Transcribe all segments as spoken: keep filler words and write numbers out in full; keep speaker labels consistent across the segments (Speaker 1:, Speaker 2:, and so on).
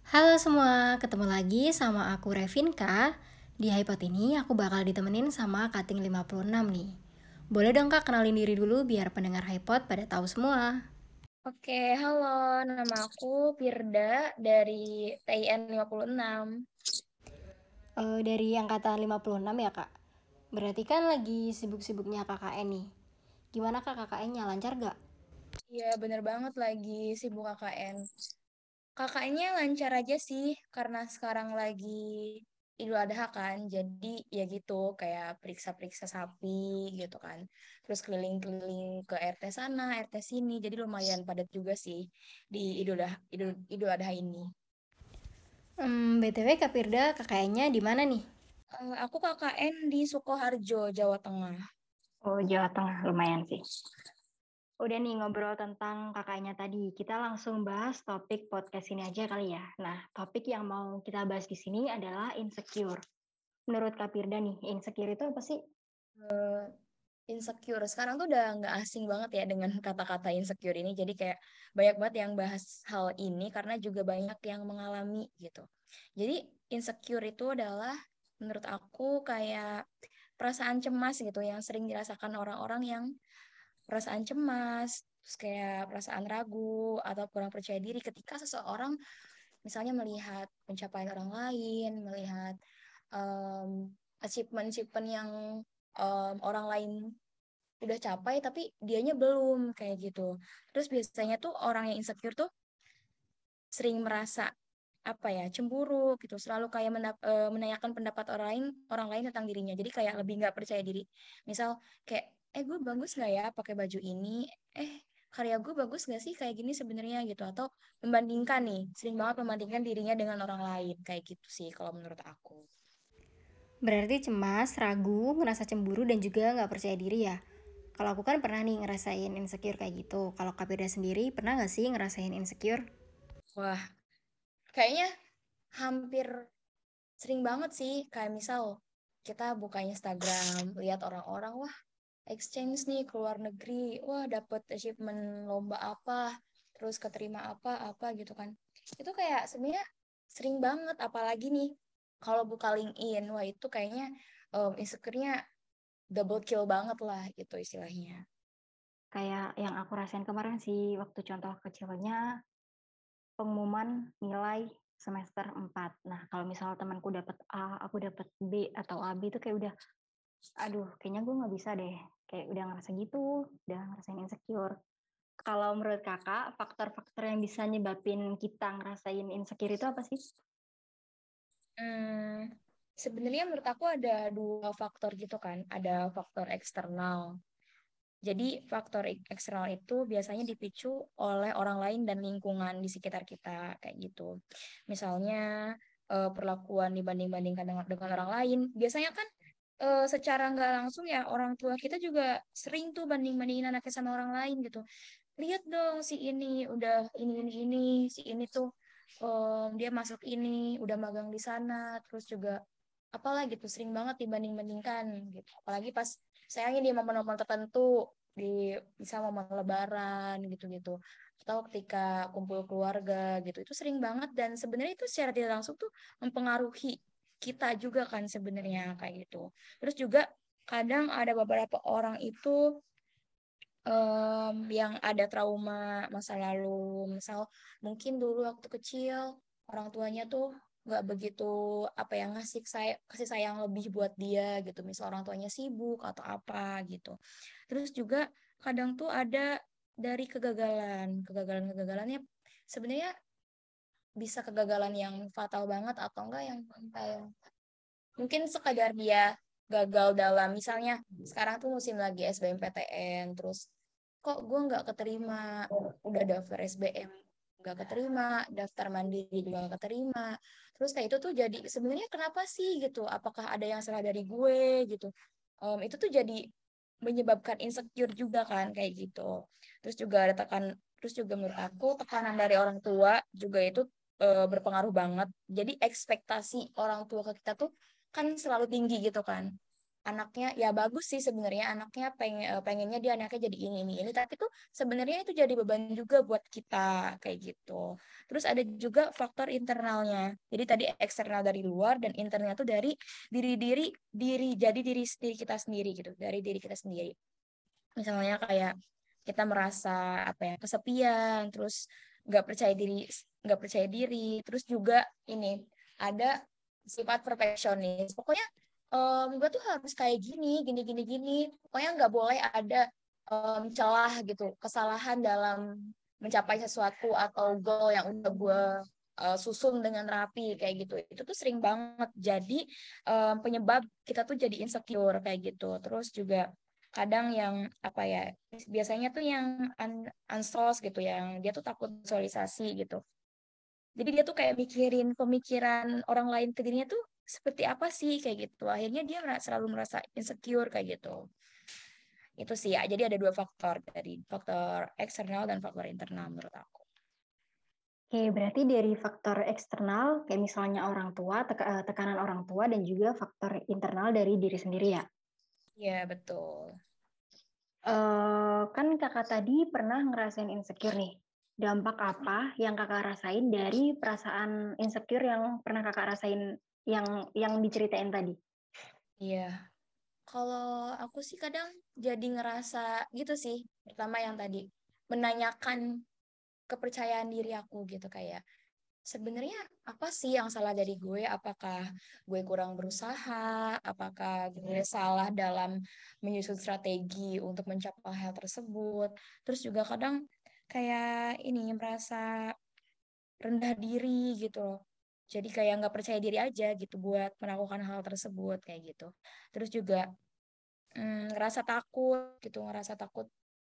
Speaker 1: Halo semua, ketemu lagi sama aku Revinka. Di iPod ini aku bakal ditemenin sama Kating lima puluh enam nih. Boleh dong Kak kenalin diri dulu biar pendengar iPod pada tahu semua.
Speaker 2: Oke, halo, nama aku Firda dari T I N enam.
Speaker 1: Eh, dari angkatan lima puluh enam ya Kak? Berarti kan lagi sibuk-sibuknya K K N nih. Gimana Kak K K N-nya, lancar gak?
Speaker 2: Iya, bener banget lagi sibuk K K N. K K N-nya lancar aja sih, karena sekarang lagi Idul Adha kan, jadi ya gitu, kayak periksa-periksa sapi gitu kan. Terus keliling-keliling ke R T sana, R T sini, jadi lumayan padat juga sih di Idul Adha, Idul, Idul Adha ini.
Speaker 1: Hmm, B T W Kak Firda K K N-nya di mana nih?
Speaker 2: Eh, aku K K N di Sukoharjo, Jawa Tengah.
Speaker 1: Oh, Jawa Tengah, lumayan sih. Udah nih ngobrol tentang kakaknya tadi. Kita langsung bahas topik podcast ini aja kali ya. Nah, topik yang mau kita bahas di sini adalah insecure. Menurut Kak Firda nih, insecure itu apa sih?
Speaker 2: Insecure sekarang tuh udah nggak asing banget ya dengan kata-kata insecure ini, jadi kayak banyak banget yang bahas hal ini karena juga banyak yang mengalami gitu. Jadi insecure itu adalah menurut aku kayak perasaan cemas gitu yang sering dirasakan orang-orang yang perasaan cemas, terus kayak perasaan ragu atau kurang percaya diri ketika seseorang misalnya melihat pencapaian orang lain, melihat um, achievement-achievement yang um, orang lain udah capai tapi dianya belum kayak gitu. Terus biasanya tuh orang yang insecure tuh sering merasa apa ya cemburu gitu, selalu kayak mena- eh, menanyakan pendapat orang lain orang lain tentang dirinya. Jadi kayak lebih nggak percaya diri. Misal kayak eh gue bagus nggak ya pakai baju ini? Eh karya gue bagus nggak sih kayak gini sebenarnya gitu, atau membandingkan nih, sering banget membandingkan dirinya dengan orang lain kayak gitu sih kalau menurut aku.
Speaker 1: Berarti cemas, ragu, ngerasa cemburu, dan juga nggak percaya diri ya. Kalau aku kan pernah nih ngerasain insecure kayak gitu. Kalau Kak Firda sendiri pernah nggak sih ngerasain insecure?
Speaker 2: Wah, kayaknya hampir sering banget sih, kayak misal kita buka Instagram, lihat orang-orang, wah exchange nih ke luar negeri, wah dapet achievement lomba apa, terus keterima apa apa gitu kan. Itu kayak sebenarnya sering banget, apalagi nih kalau buka LinkedIn, wah itu kayaknya um, insecure-nya double kill banget lah gitu istilahnya.
Speaker 1: Kayak yang aku rasain kemarin sih, waktu contoh kecilnya pengumuman nilai semester empat. Nah, kalau misal temanku dapat A, aku dapat B atau A B itu kayak udah, aduh, kayaknya gue nggak bisa deh. Kayak udah ngerasa gitu, udah ngerasain insecure. Kalau menurut kakak, faktor-faktor yang bisa nyebabin kita ngerasain insecure itu apa sih?
Speaker 2: Hmm, sebenarnya menurut aku ada dua faktor gitu kan, ada faktor eksternal. Jadi faktor ek- eksternal itu biasanya dipicu oleh orang lain dan lingkungan di sekitar kita kayak gitu. Misalnya eh, perlakuan dibanding-bandingkan dengan, dengan orang lain. Biasanya kan eh, secara nggak langsung ya orang tua kita juga sering tuh banding-bandingin anaknya sama orang lain gitu. Lihat dong si ini udah ini ini ini, si ini tuh em, dia masuk ini, udah magang di sana, terus juga apalah gitu sering banget dibanding-bandingkan gitu. Apalagi pas sayangnya di momen-momen tertentu, di bisa momen lebaran gitu-gitu, atau ketika kumpul keluarga gitu, itu sering banget dan sebenarnya itu secara tidak langsung tuh mempengaruhi kita juga kan sebenarnya kayak gitu. Terus juga kadang ada beberapa orang itu em, yang ada trauma masa lalu, misal mungkin dulu waktu kecil orang tuanya tuh nggak begitu apa yang ngasih saya kasih sayang lebih buat dia gitu, misal orang tuanya sibuk atau apa gitu. Terus juga kadang tuh ada dari kegagalan kegagalan kegagalannya sebenarnya bisa kegagalan yang fatal banget atau enggak yang kayak mungkin sekadar dia gagal dalam misalnya sekarang tuh musim lagi S B M P T N, terus kok gue nggak keterima, udah daftar S B M nggak keterima, daftar mandiri juga nggak keterima, terus kayak itu tuh jadi sebenarnya kenapa sih gitu, apakah ada yang salah dari gue gitu. Em, itu tuh jadi menyebabkan insecure juga kan kayak gitu. Terus juga ada tekan terus juga menurut aku tekanan dari orang tua juga itu eh, berpengaruh banget. Jadi ekspektasi orang tua ke kita tuh kan selalu tinggi gitu kan. anaknya ya bagus sih sebenarnya, anaknya pengen pengennya dia anaknya jadi ini ini ini tapi tuh sebenarnya itu jadi beban juga buat kita kayak gitu. Terus ada juga faktor internalnya. Jadi tadi eksternal dari luar dan internalnya tuh dari diri diri diri jadi diri diri kita sendiri gitu, dari diri kita sendiri. Misalnya kayak kita merasa apa ya kesepian, terus nggak percaya diri nggak percaya diri, terus juga ini ada sifat perfeksionis. Pokoknya um, gue tuh harus kayak gini, gini, gini, gini. Pokoknya nggak boleh ada um, celah gitu, kesalahan dalam mencapai sesuatu atau goal yang udah gue uh, susun dengan rapi kayak gitu. Itu tuh sering banget jadi um, penyebab kita tuh jadi insecure kayak gitu. Terus juga kadang yang apa ya biasanya tuh yang un unsos gitu yang dia tuh takut sosialisasi gitu. Jadi dia tuh kayak mikirin pemikiran orang lain ke dirinya tuh seperti apa sih kayak gitu. Akhirnya dia selalu merasa insecure kayak gitu. Itu sih ya. Jadi ada dua faktor dari faktor eksternal dan faktor internal menurut aku.
Speaker 1: Oke, berarti dari faktor eksternal, kayak misalnya orang tua, teka- tekanan orang tua, dan juga faktor internal dari diri sendiri ya.
Speaker 2: Iya, betul.
Speaker 1: Eh, kan kakak tadi pernah ngerasain insecure nih. Dampak apa yang kakak rasain dari perasaan insecure yang pernah kakak rasain yang yang diceritain tadi?
Speaker 2: Iya. Kalau aku sih kadang jadi ngerasa gitu sih. Pertama yang tadi menanyakan kepercayaan diri aku gitu kayak sebenarnya apa sih yang salah dari gue? Apakah gue kurang berusaha? Apakah gue salah dalam menyusun strategi untuk mencapai hal tersebut? Terus juga kadang kayak ini merasa rendah diri gitu loh. Jadi kayak nggak percaya diri aja gitu buat melakukan hal tersebut kayak gitu. Terus juga mm, ngerasa takut gitu, ngerasa takut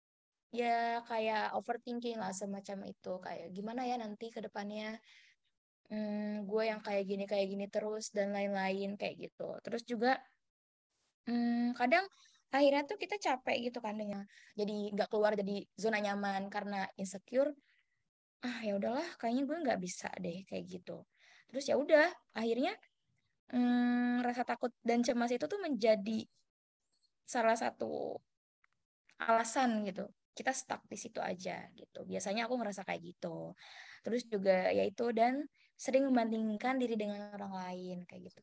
Speaker 2: ya kayak overthinking lah semacam itu. Kayak gimana ya nanti ke depannya hmm, gue yang kayak gini kayak gini terus dan lain-lain kayak gitu. Terus juga hmm, kadang akhirnya tuh kita capek gitu kan dengan jadi nggak keluar jadi zona nyaman karena insecure. Ah ya udahlah, kayaknya gue nggak bisa deh kayak gitu. Terus ya udah, akhirnya hmm, rasa takut dan cemas itu tuh menjadi salah satu alasan gitu. Kita stuck di situ aja gitu. Biasanya aku ngerasa kayak gitu. Terus juga yaitu dan sering membandingkan diri dengan orang lain kayak gitu.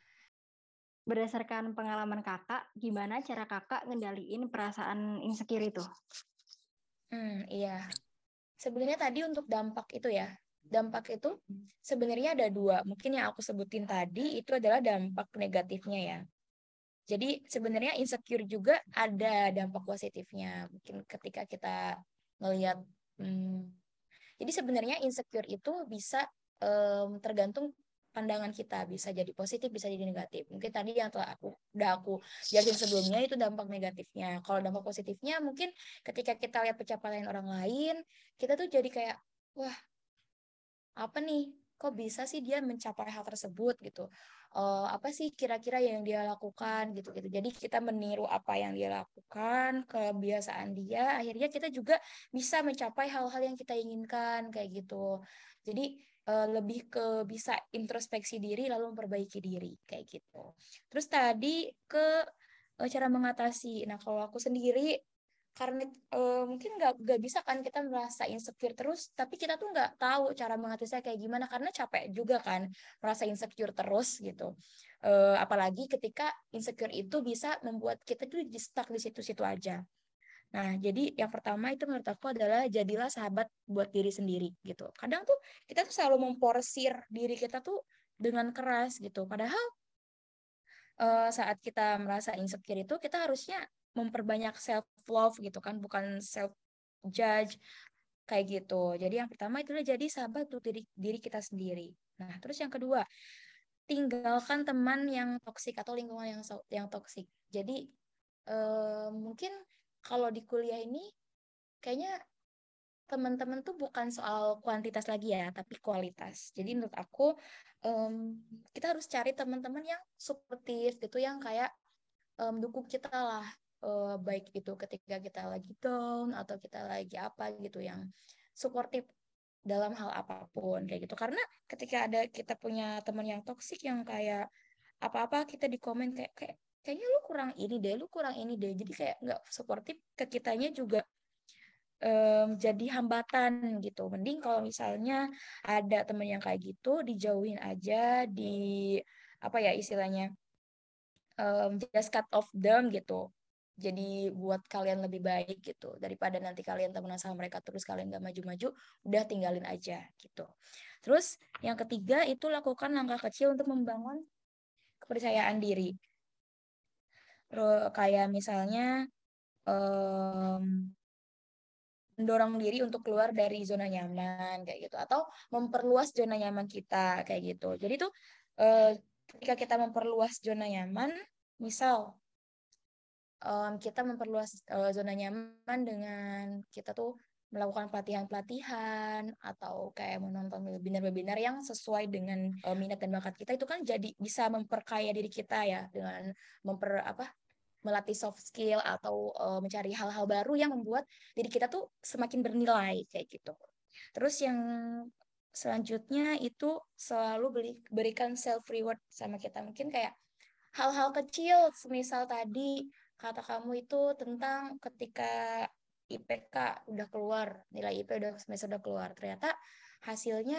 Speaker 1: Berdasarkan pengalaman kakak, gimana cara kakak ngendaliin perasaan insecure itu?
Speaker 2: Hmm, iya. Sebenarnya tadi untuk dampak itu ya, dampak itu sebenarnya ada dua. Mungkin yang aku sebutin tadi itu adalah dampak negatifnya ya. Jadi sebenarnya insecure juga ada dampak positifnya. Mungkin ketika kita melihat, hmm, jadi sebenarnya insecure itu bisa em, tergantung pandangan kita, bisa jadi positif, bisa jadi negatif. Mungkin tadi yang telah aku udah aku jelasin sebelumnya itu dampak negatifnya. Kalau dampak positifnya mungkin ketika kita lihat pencapaian orang lain, kita tuh jadi kayak wah apa nih kok bisa sih dia mencapai hal tersebut gitu. Eh, apa sih kira-kira yang dia lakukan gitu gitu jadi kita meniru apa yang dia lakukan kebiasaan dia akhirnya kita juga bisa mencapai hal-hal yang kita inginkan kayak gitu jadi eh, lebih ke bisa introspeksi diri lalu memperbaiki diri kayak gitu terus tadi ke eh, cara mengatasi nah kalau aku sendiri karena eh, mungkin nggak nggak bisa kan kita merasa insecure terus tapi kita tuh nggak tahu cara mengatasinya kayak gimana karena capek juga kan merasa insecure terus gitu. Eh, apalagi ketika insecure itu bisa membuat kita tuh di stuck di situ-situ aja. Nah, jadi yang pertama itu menurut aku adalah jadilah sahabat buat diri sendiri gitu. Kadang tuh kita tuh selalu memporsir diri kita tuh dengan keras gitu. Padahal eh, saat kita merasa insecure itu kita harusnya memperbanyak self love gitu kan, bukan self judge kayak gitu. Jadi yang pertama itu adalah jadi sahabat untuk diri diri kita sendiri. Nah, terus yang kedua, tinggalkan teman yang toksik atau lingkungan yang so- yang toksik. Jadi eh, mungkin kalau di kuliah ini kayaknya teman-teman tuh bukan soal kuantitas lagi ya, tapi kualitas. Jadi menurut aku em, kita harus cari teman-teman yang suportif gitu, yang kayak em, dukung kita lah. Eh, baik itu ketika kita lagi down atau kita lagi apa gitu yang suportif dalam hal apapun kayak gitu. Karena ketika ada kita punya teman yang toksik yang kayak apa-apa kita di komen kayak kayak kayaknya lu kurang ini deh, lu kurang ini deh. Jadi kayak nggak suportif ke kitanya juga, em, jadi hambatan gitu. Mending kalau misalnya ada temen yang kayak gitu, dijauhin aja, di apa ya istilahnya, em, just cut off them gitu. Jadi buat kalian lebih baik gitu daripada nanti kalian temenan sama mereka terus kalian gak maju-maju, udah tinggalin aja gitu. Terus yang ketiga itu lakukan langkah kecil untuk membangun kepercayaan diri. Ro- Kayak misalnya em, mendorong diri untuk keluar dari zona nyaman kayak gitu atau memperluas zona nyaman kita kayak gitu. Jadi tuh eh, ketika kita memperluas zona nyaman, misal em, kita memperluas eh, zona nyaman dengan kita tuh melakukan pelatihan-pelatihan atau kayak menonton webinar-webinar yang sesuai dengan eh, minat dan bakat kita itu kan jadi bisa memperkaya diri kita ya dengan memper apa melatih soft skill atau eh, mencari hal-hal baru yang membuat diri kita tuh semakin bernilai kayak gitu. Terus yang selanjutnya itu selalu beli, berikan self reward sama kita. Mungkin kayak hal-hal kecil, semisal tadi kata kamu itu tentang ketika I P K udah keluar, nilai I P udah semester udah keluar, ternyata hasilnya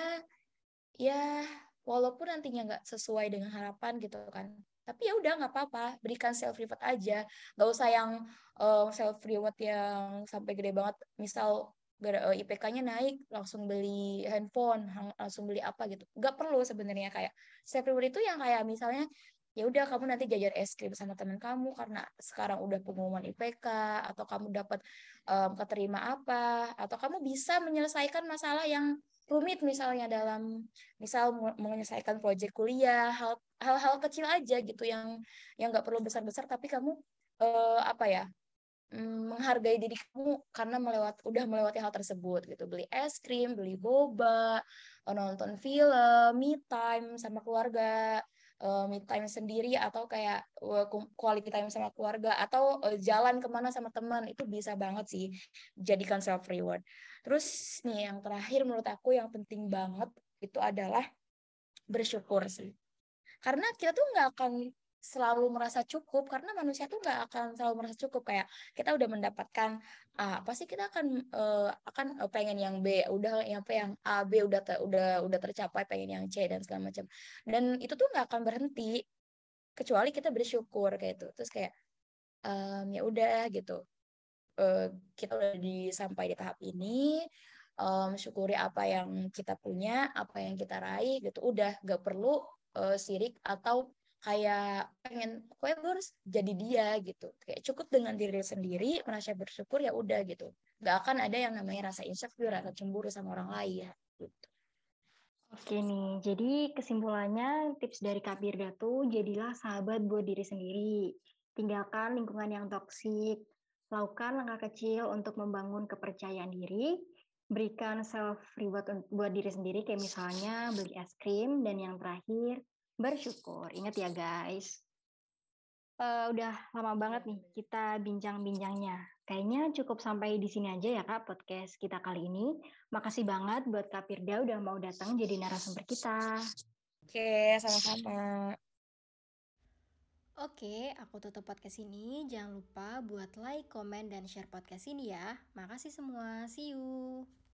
Speaker 2: ya walaupun nantinya nggak sesuai dengan harapan gitu kan, tapi ya udah nggak apa-apa, berikan self reward aja, nggak usah yang self reward yang sampai gede banget, misal gara- eh, I P K-nya naik langsung beli handphone, hang- langsung beli apa gitu, nggak perlu sebenarnya. Kayak self reward itu yang kayak misalnya ya udah kamu nanti jajan es krim sama teman kamu karena sekarang udah pengumuman I P K, atau kamu dapat em, keterima apa, atau kamu bisa menyelesaikan masalah yang rumit misalnya dalam misal mu- menyelesaikan proyek kuliah, hal hal-hal kecil aja gitu yang yang nggak perlu besar-besar, tapi kamu eh, apa ya mm, menghargai diri kamu karena melewat udah melewati hal tersebut gitu, beli es krim, beli boba, eh, nonton film, me time sama keluarga, eh, me time sendiri atau kayak eh, ku- quality time sama keluarga atau eh, jalan kemana sama teman, itu bisa banget sih jadikan self reward. Terus nih yang terakhir menurut aku yang penting banget itu adalah bersyukur sih, karena kita tuh nggak akan selalu merasa cukup, karena manusia tuh nggak akan selalu merasa cukup. Kayak kita udah mendapatkan A, pasti kita akan eh, akan eh, pengen yang B, udah yang apa yang A B udah ter- udah udah tercapai, pengen yang C dan segala macam, dan itu tuh nggak akan berhenti kecuali kita bersyukur kayak itu. Terus kayak em, ya udah gitu, eh, kita udah di sampai di tahap ini, em, syukuri apa yang kita punya, apa yang kita raih gitu, udah gak perlu eh, sirik atau kayak pengen pokoknya lu harus jadi dia gitu. Kayak cukup dengan diri sendiri merasa bersyukur ya udah gitu, gak akan ada yang namanya rasa insecure, rasa cemburu sama orang lain gitu.
Speaker 1: Oke nih, jadi kesimpulannya tips dari Kak Birda tuh jadilah sahabat buat diri sendiri. Tinggalkan lingkungan yang toksik. Lakukan langkah kecil untuk membangun kepercayaan diri. Berikan self reward buat diri sendiri kayak misalnya beli es krim. Dan yang terakhir, bersyukur. Ingat ya guys. Eh, udah lama banget nih kita bincang-bincangnya. Kayaknya cukup sampai di sini aja ya Kak podcast kita kali ini. Makasih banget buat Kak Firda udah mau datang jadi narasumber kita.
Speaker 2: Oke, sama-sama.
Speaker 3: Oke, aku tutup podcast ini. Jangan lupa buat like, komen, dan share podcast ini ya. Makasih semua. See you.